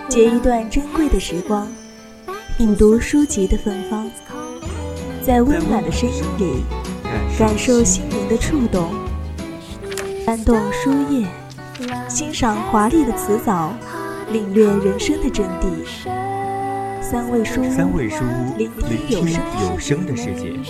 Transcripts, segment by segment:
借一段珍贵的时光，品读书籍的芬芳，在温暖的声音里感受心灵的触动，翻动书页，欣赏华丽的词藻，领略人生的真谛。三味书屋，聆听有声的世界。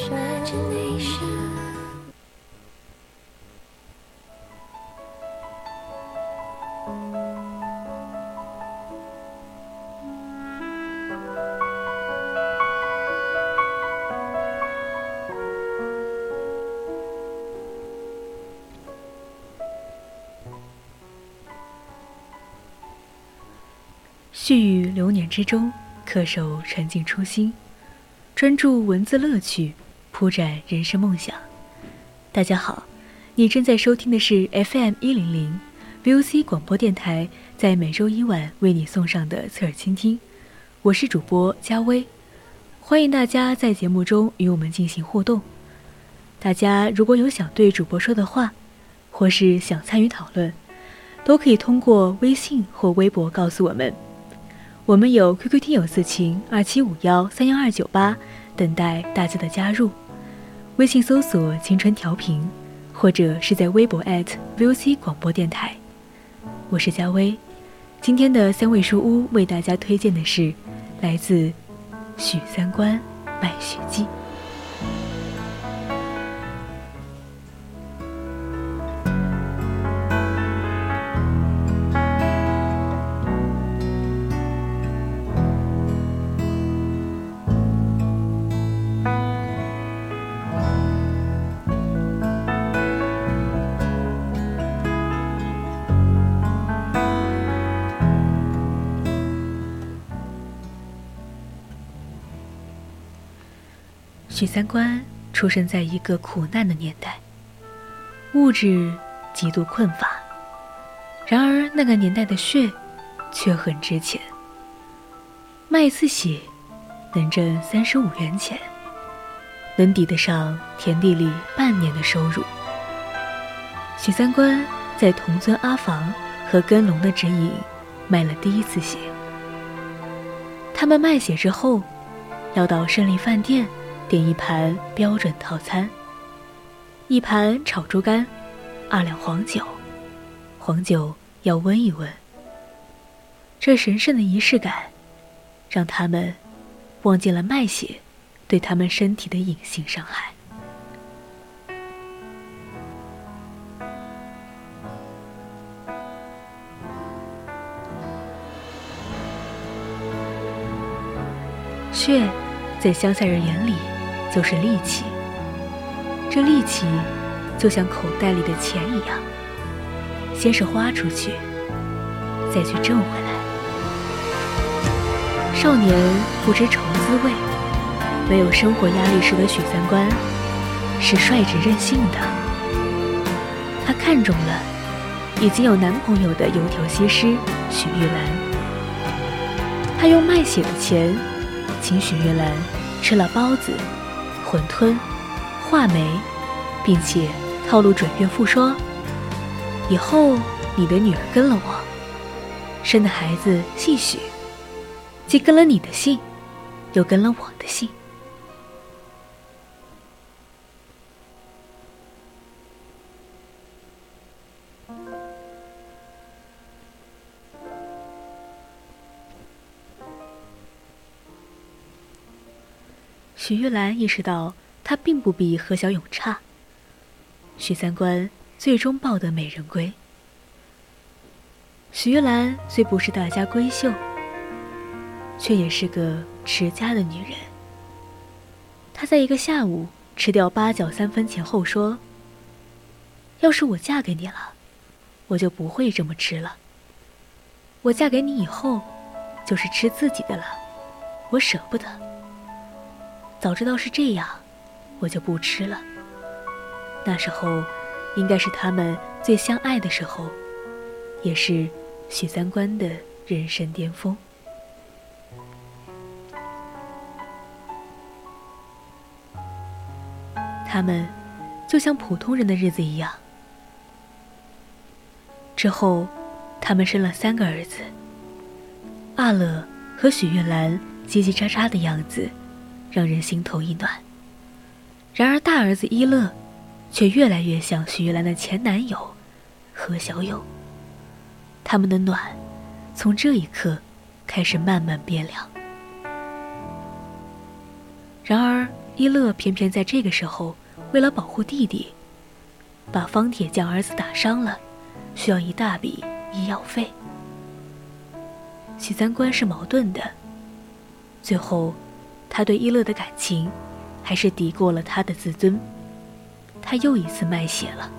絮语流年之中，恪守沉静初心，专注文字乐趣，铺展人生梦想。大家好，你正在收听的是 FM100 VOC 广播电台在每周一晚为你送上的侧耳倾听，我是主播佳薇，欢迎大家在节目中与我们进行互动。大家如果有想对主播说的话，或是想参与讨论，都可以通过微信或微博告诉我们。我们有 QQ 听友4群2751-31298，等待大家的加入。微信搜索青春调频，或者是在微博 @VOC 广播电台。我是佳薇，今天的三味书屋为大家推荐的是来自许三观《卖血记》。许三观出生在一个苦难的年代，物质极度困乏，然而那个年代的血却很值钱，卖一次血能挣35元钱，能抵得上田地里半年的收入。许三观在同村阿房和跟龙的指引卖了第一次血。他们卖血之后，要到胜利饭店点一盘标准套餐，一盘炒猪肝，2两黄酒，黄酒要温一温。这神圣的仪式感让他们忘记了卖血对他们身体的隐性伤害。血在乡下人眼里就是利器，这利器就像口袋里的钱一样，先是花出去，再去挣回来。少年不知愁滋味，没有生活压力时的许三观是率直任性的。他看中了已经有男朋友的油条西施许玉兰，他用卖血的钱请许玉兰吃了包子、馄饨、话梅，并且套路准岳父说，以后你的女儿跟了我，生的孩子姓许，既跟了你的姓，又跟了我的姓。许玉兰意识到她并不比何小勇差，许三观最终抱得美人归。许玉兰虽不是大家闺秀，却也是个持家的女人。她在一个下午吃掉8角3分钱后说，要是我嫁给你了，我就不会这么吃了。我嫁给你以后就是吃自己的了，我舍不得。早知道是这样，我就不吃了。那时候应该是他们最相爱的时候，也是许三观的人生巅峰。他们就像普通人的日子一样。之后他们生了3个儿子， 阿乐和许月兰叽叽喳喳的样子让人心头一暖。然而大儿子一乐却越来越像许月兰的前男友何小友，他们的暖从这一刻开始慢慢变凉。然而一乐偏偏在这个时候为了保护弟弟，把方铁匠儿子打伤了，需要一大笔医药费。许三观是矛盾的，最后他对一乐的感情还是抵过了他的自尊，他又一次卖血了。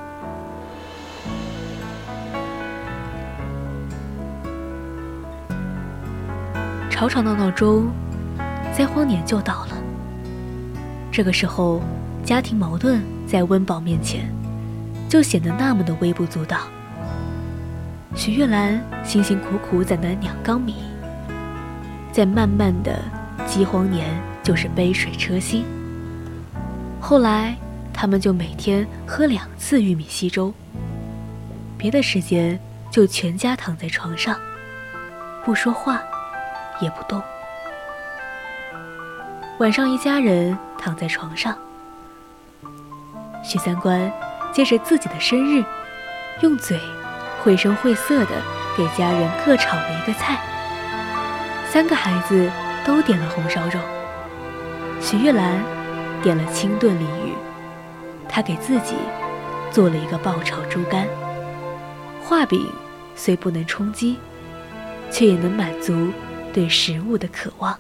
吵吵闹闹中，灾荒年就到了。这个时候，家庭矛盾在温饱面前就显得那么的微不足道。许月兰辛辛苦苦攒的2缸米，在漫漫的饥荒年就是杯水车薪。后来他们就每天喝2次玉米稀粥，别的时间就全家躺在床上，不说话也不动。晚上一家人躺在床上，许三观借着自己的生日，用嘴绘声绘色地给家人各炒了一个菜。3个孩子都点了红烧肉，许月兰点了清炖鲤鱼，她给自己做了一个爆炒猪肝。画饼虽不能充饥，却也能满足对食物的渴望。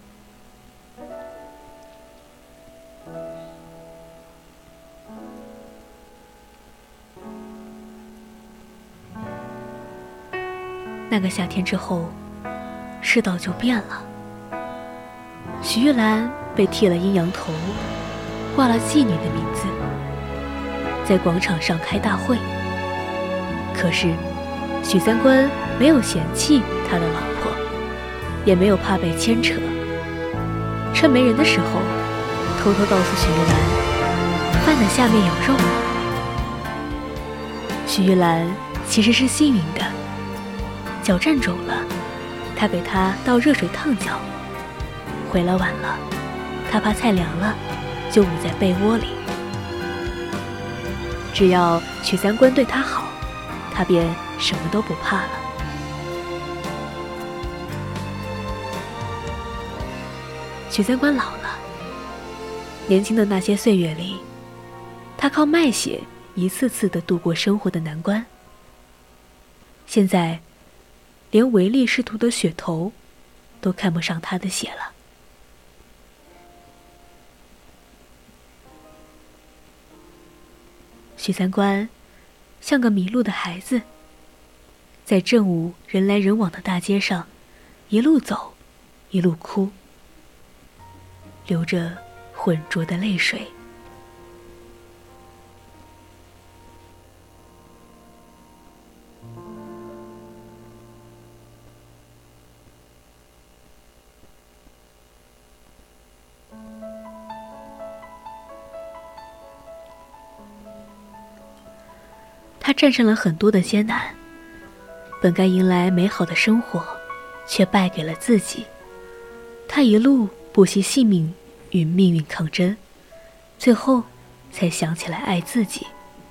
那个夏天之后，世道就变了。许月兰被剃了阴阳头，挂了妓女的名字，在广场上开大会。可是许三观没有嫌弃他的老婆，也没有怕被牵扯，趁没人的时候偷偷告诉许月兰饭的下面有肉。许月兰其实是幸运的，脚站肿了，他给他倒热水烫脚。回来晚了，他怕菜凉了，就捂在被窝里。只要许三观对他好，他便什么都不怕了。许三观老了，年轻的那些岁月里，他靠卖血一次次地度过生活的难关。现在连唯利是图的血头都看不上他的血了。许三观像个迷路的孩子，在正午人来人往的大街上一路走一路哭，流着浑浊的泪水。他战胜了很多的艰难，本该迎来美好的生活，却败给了自己。他一路不惜性命与命运抗争，最后才想起来爱自己。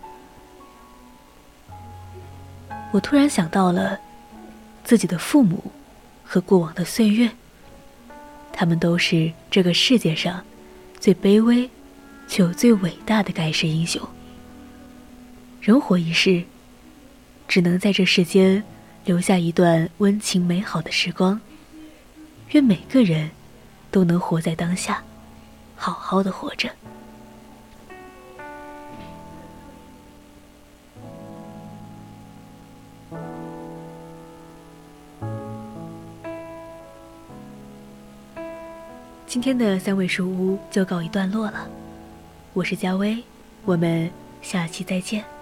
我突然想到了自己的父母和过往的岁月，他们都是这个世界上最卑微却又最伟大的盖世英雄。人活一世，只能在这世间留下一段温情美好的时光。愿每个人都能活在当下，好好的活着。今天的三味书屋就告一段落了，我是佳薇，我们下期再见。